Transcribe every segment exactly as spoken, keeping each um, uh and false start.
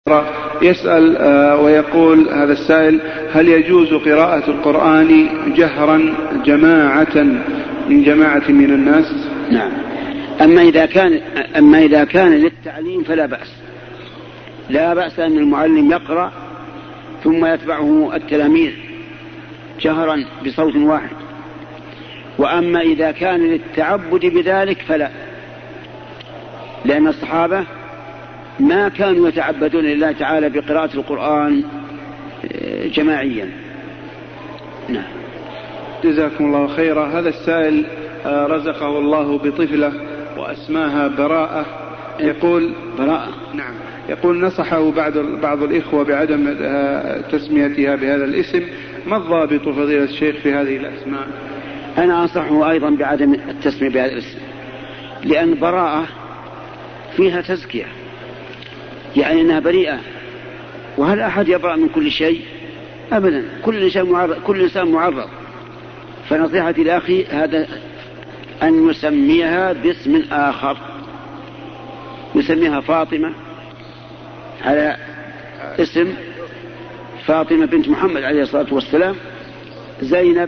يسأل ويقول هذا السائل: هل يجوز قراءة القرآن جهرا جماعة من جماعة من الناس؟ نعم. أما إذا كان أما إذا كان للتعليم فلا بأس، لا بأس أن المعلم يقرأ ثم يتبعه التلاميذ جهرا بصوت واحد. وأما إذا كان للتعبد بذلك فلا، لأن الصحابة ما كانوا يتعبدون لله تعالى بقراءة القرآن جماعيا. نعم. جزاكم الله خيرا. هذا السائل رزقه الله بطفلة وأسماها براءة. يقول براءة. نعم. يقول نصحه بعض بعض الإخوة بعدم تسميتها بهذا الاسم، ما الضابط فضيلة الشيخ في هذه الأسماء؟ أنا أنصحه أيضا بعدم التسمية بهذا الاسم، لأن براءة فيها تزكية، يعني أنها بريئة. وهل أحد يبرأ من كل شيء؟ أبدا، كل إنسان معرض, كل إنسان معرض. فنصيحتي لأخي هذا أن يسميها باسم آخر، يسميها فاطمة على اسم فاطمة بنت محمد عليه الصلاة والسلام، زينب.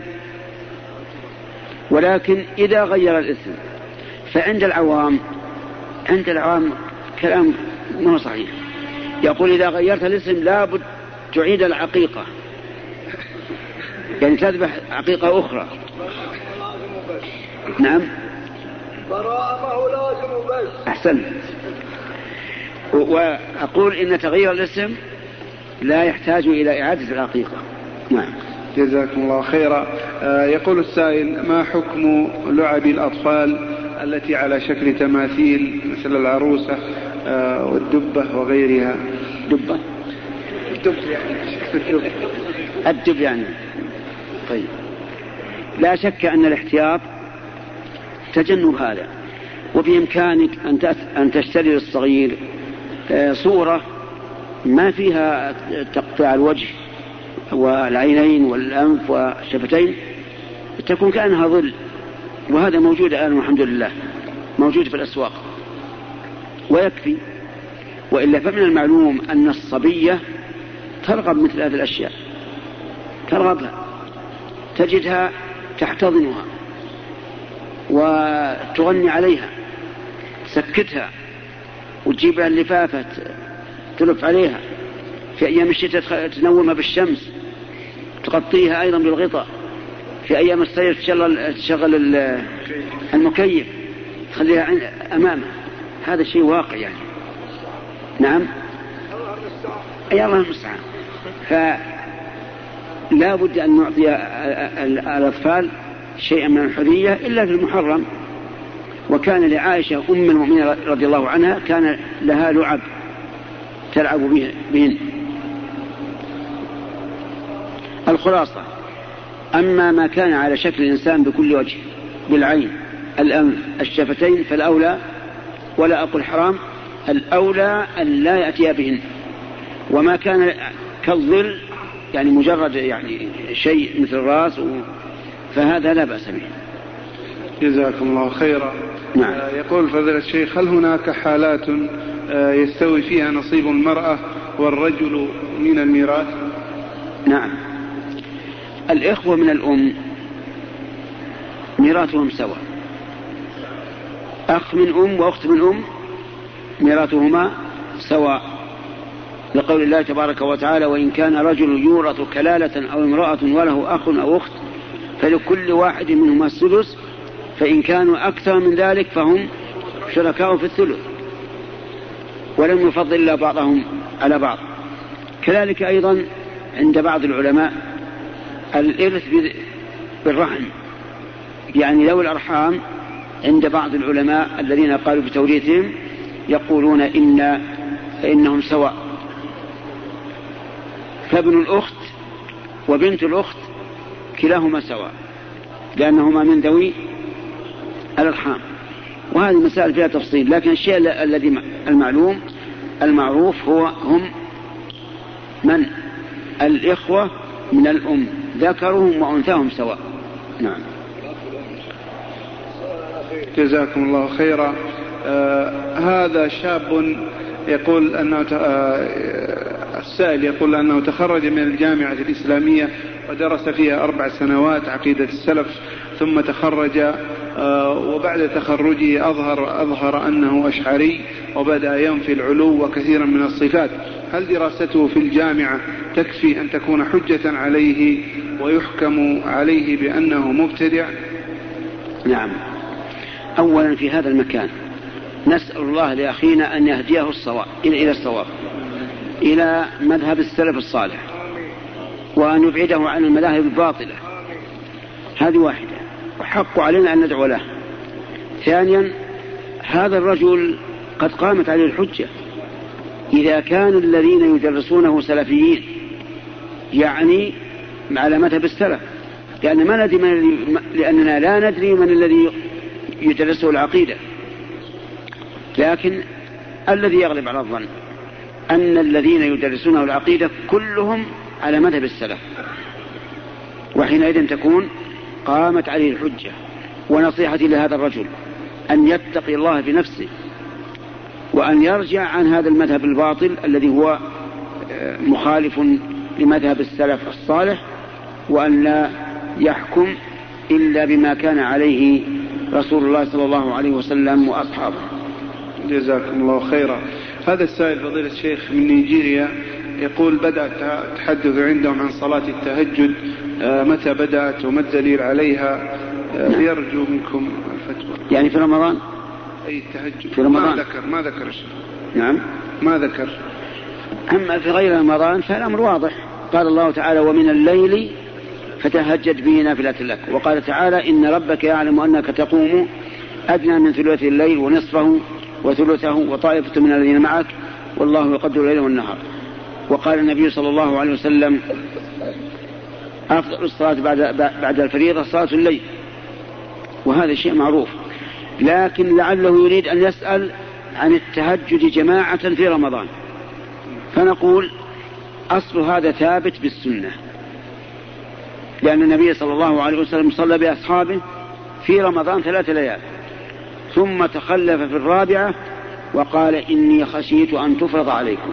ولكن إذا غير الاسم فعند العوام عند العوام كلام ما هو صحيح. يقول إذا غيرت الاسم لابد تعيد العقيقة، يعني تذبح عقيقة أخرى. نعم. براءة ما هو لازم بس. أحسن. وأقول إن تغيير الاسم لا يحتاج إلى إعادة العقيقة. نعم. جزاكم الله خيرا. آه يقول السائل: ما حكم لعب الأطفال التي على شكل تماثيل مثل العروسة آه والدبة وغيرها؟ دبة؟ الدب يعني شكل الدب. الدب يعني. طيب، لا شك أن الاحتياط تجنب هذا، وبإمكانك أن تشتري للصغير صورة ما فيها تقطيع الوجه والعينين والأنف والشفتين، تكون كأنها ظل، وهذا موجود الآن والحمد لله، موجود في الأسواق ويكفي. وإلا فمن المعلوم أن الصبية ترغب مثل هذه الأشياء، ترغبها، تجدها تحتضنها وتغني عليها، تسكتها وتجيب لها اللفافة تلف عليها، في أيام الشتاء تنومها بالشمس، تغطيها أيضا بالغطاء، في أيام الصيف تشغل, تشغل المكيف تخليها أمامها. هذا شيء واقع يعني. نعم. أي الله المستعان. فلا بد أن نعطي الأطفال شيئا من الحرية إلا في المحرم. وكان لعائشة أم المؤمنين رضي الله عنها كان لها لعب تلعب بهن. الخلاصة: أما ما كان على شكل الإنسان بكل وجه، بالعين، الأنف، الشفتين، فالأولى، ولا أقول حرام، الأولى أن لا يأتي بهن. وما كان كالظل يعني مجرد يعني شيء مثل الرأس فهذا لا بأس به. جزاكم الله خيرا. نعم. يقول فضيلة الشيخ: هل هناك حالات يستوي فيها نصيب المرأة والرجل من الميراث؟ نعم. الإخوة من الأم ميراثهم سواء، أخ من أم وأخت من أم ميراثهما سواء، لقول الله تبارك وتعالى: وإن كان رجل يورث كلالة أو امرأة وله أخ أو أخت فلكل واحد منهما السدس، فإن كانوا أكثر من ذلك فهم شركاء في الثلث، ولم يفضل الله بعضهم على بعض. كذلك أيضا عند بعض العلماء الإرث بالرحم، يعني ذوي الأرحام عند بعض العلماء الذين قالوا بتوريثهم يقولون إن إنهم سواء، فابن الأخت وبنت الأخت كلاهما سواء، لأنهما من ذوي الأرحام. وهذه المسائل فيها تفصيل، لكن الشيء الذي المعلوم المعروف هو هم من الإخوة من الأم، ذكرهم وأنثاهم سواء. نعم. جزاكم الله خيرا. آه هذا شاب يقول أنه السائل يقول أنه تخرج من الجامعة الإسلامية ودرس فيها أربع سنوات عقيدة السلف، ثم تخرج وبعد تخرجه أظهر, أظهر أنه أشعري وبدأ ينفي العلو وكثيرا من الصفات. هل دراسته في الجامعة تكفي أن تكون حجة عليه ويحكم عليه بأنه مبتدع؟ نعم. أولا في هذا المكان نسأل الله لأخينا أن يهديه الصواب إلى الصواب إلى مذهب السلف الصالح، وأن يبعده عن المذاهب الباطلة. هذه واحدة، وحق علينا أن ندعو له. ثانيا هذا الرجل قد قامت عليه الحجة. إذا كان الذين يدرسونه سلفيين يعني على مذهب السلف، لأن ما ندري من الذي لأننا لا ندري من الذي يدرسه العقيدة، لكن الذي يغلب على الظن أن الذين يدرسونه العقيدة كلهم على مذهب السلف، وحينئذ تكون قامت عليه الحجة. ونصيحتي لهذا الرجل أن يتقي الله في نفسه، وأن يرجع عن هذا المذهب الباطل الذي هو مخالف لمذهب السلف الصالح، وأن لا يحكم إلا بما كان عليه رسول الله صلى الله عليه وسلم وأصحابه. جزاكم الله خيرا. هذا السائل فضيلة الشيخ من نيجيريا يقول بدأ التحدث عندهم عن صلاة التهجد، متى بدأت وما الدليل عليها؟ نعم. يرجو منكم الفتوى. يعني في رمضان؟ أي التهجد في رمضان؟ ما ذكر ما ذكر الشيخ. نعم ما ذكر. أما في غير رمضان فالأمر واضح. قال الله تعالى ومن الليل فتهجد به نافلة لك، وقال تعالى إن ربك يعلم أنك تقوم أدنى من ثلث الليل ونصفه وثلثه وطائفة من الذين معك والله يقدر الليل والنهار. وقال النبي صلى الله عليه وسلم أفضل الصلاة بعد, بعد الفريضة صلاة الليل، وهذا شيء معروف. لكن لعله يريد أن يسأل عن التهجد جماعة في رمضان، فنقول أصل هذا ثابت بالسنة، لأن النبي صلى الله عليه وسلم صلى بأصحابه في رمضان ثلاث ليال ثم تخلف في الرابعة وقال إني خشيت أن تفرض عليكم.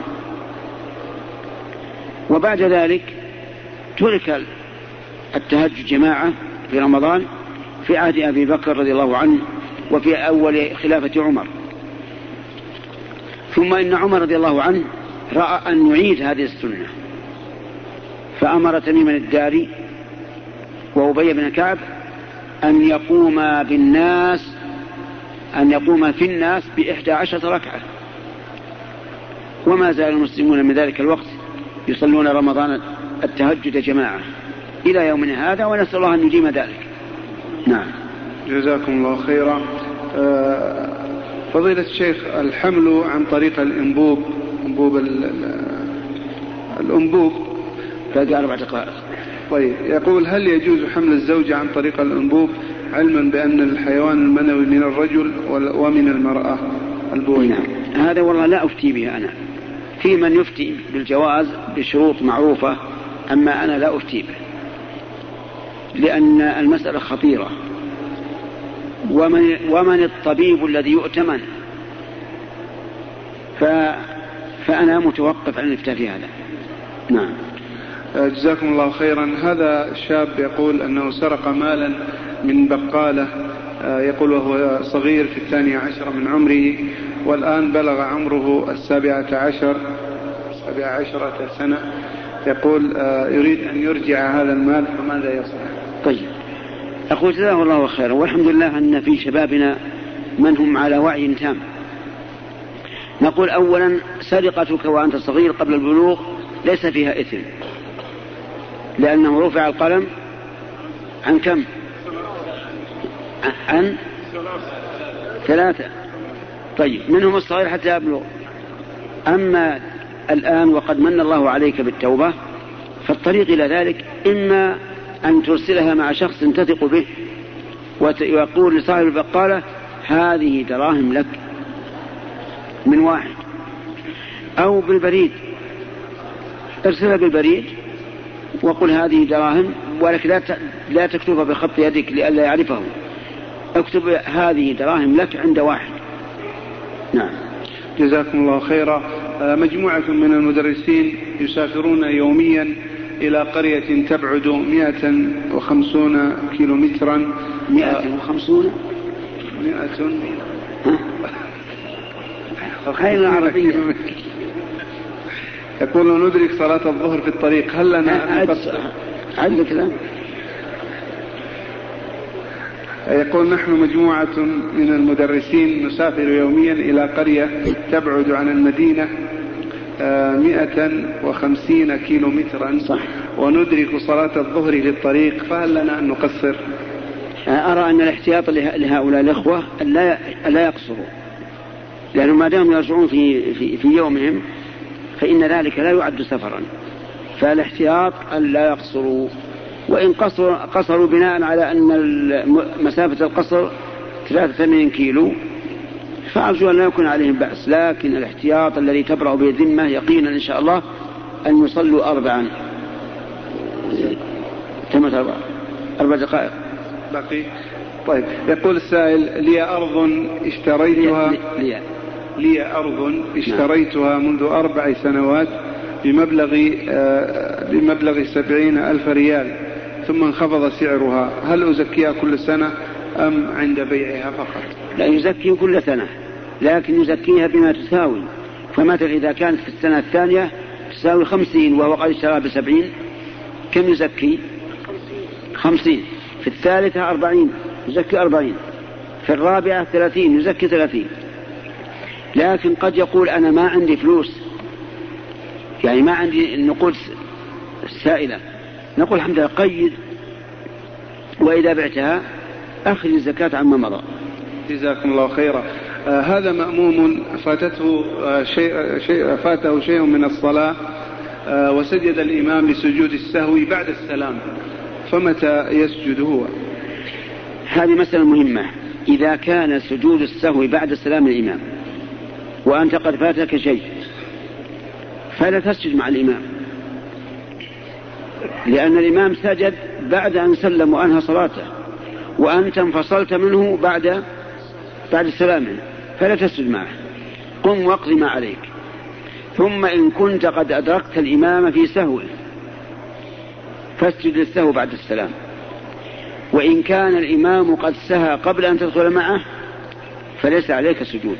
وبعد ذلك ترك التهجد جماعة في رمضان في عهد أبي بكر رضي الله عنه وفي أول خلافة عمر. ثم إن عمر رضي الله عنه رأى أن نعيد هذه السنة، فأمر تميم الداري وأبي بن كعب أن يقوم بالناس أن يقوم في الناس بإحدى عشرة ركعة، وما زال المسلمون من ذلك الوقت يصلون رمضان التهجد جماعة إلى يومنا هذا، ونسأل الله أن يديم ذلك. نعم. جزاكم الله خيرا. فضيلة الشيخ، الحمل عن طريق الأنبوب أنبوب الأنبوب باقي أربع دقائق. طيب، يقول هل يجوز حمل الزوجة عن طريق الأنبوب علما بأن الحيوان المنوي من الرجل ومن المرأة البوي؟ نعم. هذا والله لا أفتي به أنا، في من يفتي بالجواز بشروط معروفة، أما أنا لا أفتي به، لأن المسألة خطيرة. ومن, ومن الطبيب الذي يؤتمن؟ ف... فأنا متوقف عن الافتاء في هذا. نعم. جزاكم الله خيرا. هذا الشاب يقول أنه سرق مالا من بقالة، يقول وهو صغير في الثانية عشر من عمره، والآن بلغ عمره السابعة عشر سابعة عشرة سنة. يقول يريد أن يرجع هذا المال، فماذا يصنع؟ طيب، أقول جزاه الله خيرا، والحمد لله أن في شبابنا من هم على وعي تام. نقول أولا سرقتك وأنت صغير قبل البلوغ ليس فيها إثم، لأنه رفع القلم عن كم؟ عن ثلاثة. طيب، منهم الصغير حتى يبلغ. أما الآن وقد من الله عليك بالتوبة، فالطريق إلى ذلك إما أن ترسلها مع شخص تثق به ويقول لصاحب البقالة هذه دراهم لك من واحد، أو بالبريد، ارسلها بالبريد وقل هذه دراهم، ولكن لا تكتبها بخط يدك لئلا يعرفه، اكتب هذه دراهم لك عند واحد. نعم. جزاكم الله خيرا. مجموعة من المدرسين يسافرون يوميا إلى قرية تبعد مئة وخمسين كيلومترا. مئة وخمسون مئة خير عربية. يقول ندرك صلاة الظهر في الطريق، هل لنا أن نقصر؟ عد كلام. يقول نحن مجموعة من المدرسين نسافر يوميا إلى قرية تبعد عن المدينة مئة وخمسين كيلو مترا، صح. وندرك صلاة الظهر في الطريق، فهل لنا أن نقصر؟ أرى أن الاحتياط لهؤلاء الأخوة أن لا يقصروا، لأنهم ما دام يرجعون في, في, في يومهم فإن ذلك لا يعد سفرا، فالاحتياط أن لا يقصروا. وإن قصروا, قصروا بناء على أن مسافة القصر ثلاثة وثمانين كيلو فأرجو أن لا يكون عليهم بأس، لكن الاحتياط الذي تبرأ به الذمة يقينا إن شاء الله أن يصلوا أربعا تمت أربع أربع دقائق باقي. طيب، يقول السائل لي أرض اشتريتها لي, لي أرض اشتريتها منذ أربع سنوات بمبلغ آه بمبلغ سبعين ألف ريال، ثم انخفض سعرها، هل أزكيها كل سنة أم عند بيعها فقط؟ لا يزكي كل سنة، لكن يزكيها بما تساوي. فمثل إذا كانت في السنة الثانية تساوي خمسين وهو قد اشتراها بسبعين، كم يزكي؟ خمسين. في الثالثة أربعين يزكي أربعين. في الرابعة ثلاثين يزكي ثلاثين. لكن قد يقول أنا ما عندي فلوس، يعني ما عندي النقود السائلة، نقول الحمد لله قيد، وإذا بعتها أخذ الزكاة عما مضى. جزاكم الله خيرا. آه هذا مأموم فاتته آه شيء, شيء فاته شيء من الصلاة آه وسجد الإمام بسجود السهو بعد السلام، فمتى يسجد هو؟ هذه مسألة مهمة. إذا كان سجود السهو بعد سلام الإمام وأنت قد فاتك شيء فلا تسجد مع الإمام، لأن الإمام سجد بعد أن سلم وأنهى صلاته، وأنت انفصلت منه بعد بعد سلامه، فلا تسجد معه. قم واقض ما عليك. ثم إن كنت قد أدركت الإمام في سهوه فاسجد للسهو بعد السلام. وإن كان الإمام قد سهى قبل أن تدخل معه فليس عليك سجود.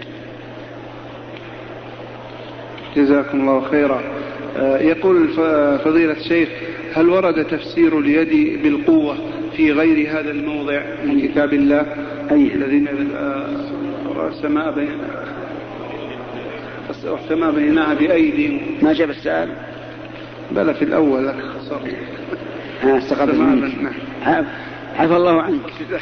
جزاكم الله خيرا. يقول فضيلة الشيخ هل ورد تفسير اليد بالقوة في غير هذا الموضع من كتاب الله؟ أي الذين السماء بين السماء بينها بأيدي. ما جاب السؤال؟ بلى في الأول لك خسرت. ها استقبل منك. عفى الله عنك.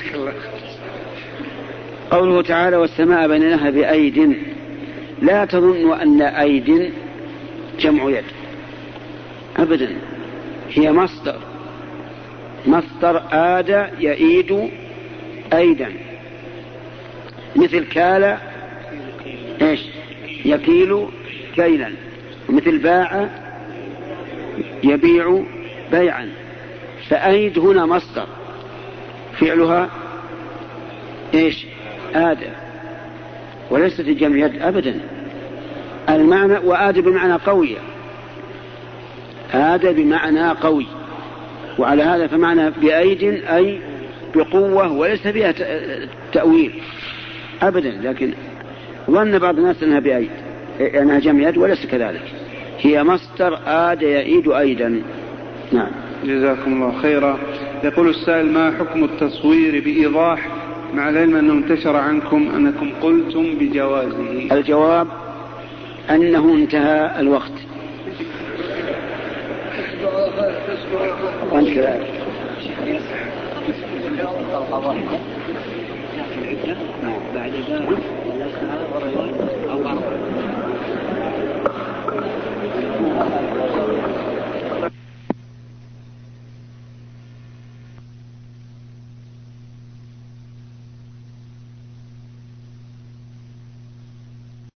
قوله تعالى والسماء بينها بأيد، لا تظن أن أيد جمع يد أبدا، هي مصدر مصدر آد يئيد أيدا، مثل كال إيش يكيل كيلا، مثل باع يبيع بيعا. فأيد هنا مصدر فعلها إيش آد، وليست الجمع يد أبدا. المعنى وآد بمعنى قوية، آد بمعنى قوي، وعلى هذا فمعنى بأيد أي بقوة، وليس بها تأويل أبدا. لكن ظن بعض الناس أنها بأيد أنها جمع يد، وليس كذلك، هي مصدر آد يأيد أيدا. نعم. جزاكم الله خيرا. يقول السائل ما حكم التصوير بإيضاح مع العلم أنه انتشر عنكم أنكم قلتم بجوازه؟ الجواب أنه انتهى الوقت. وأنت كذلك. بعد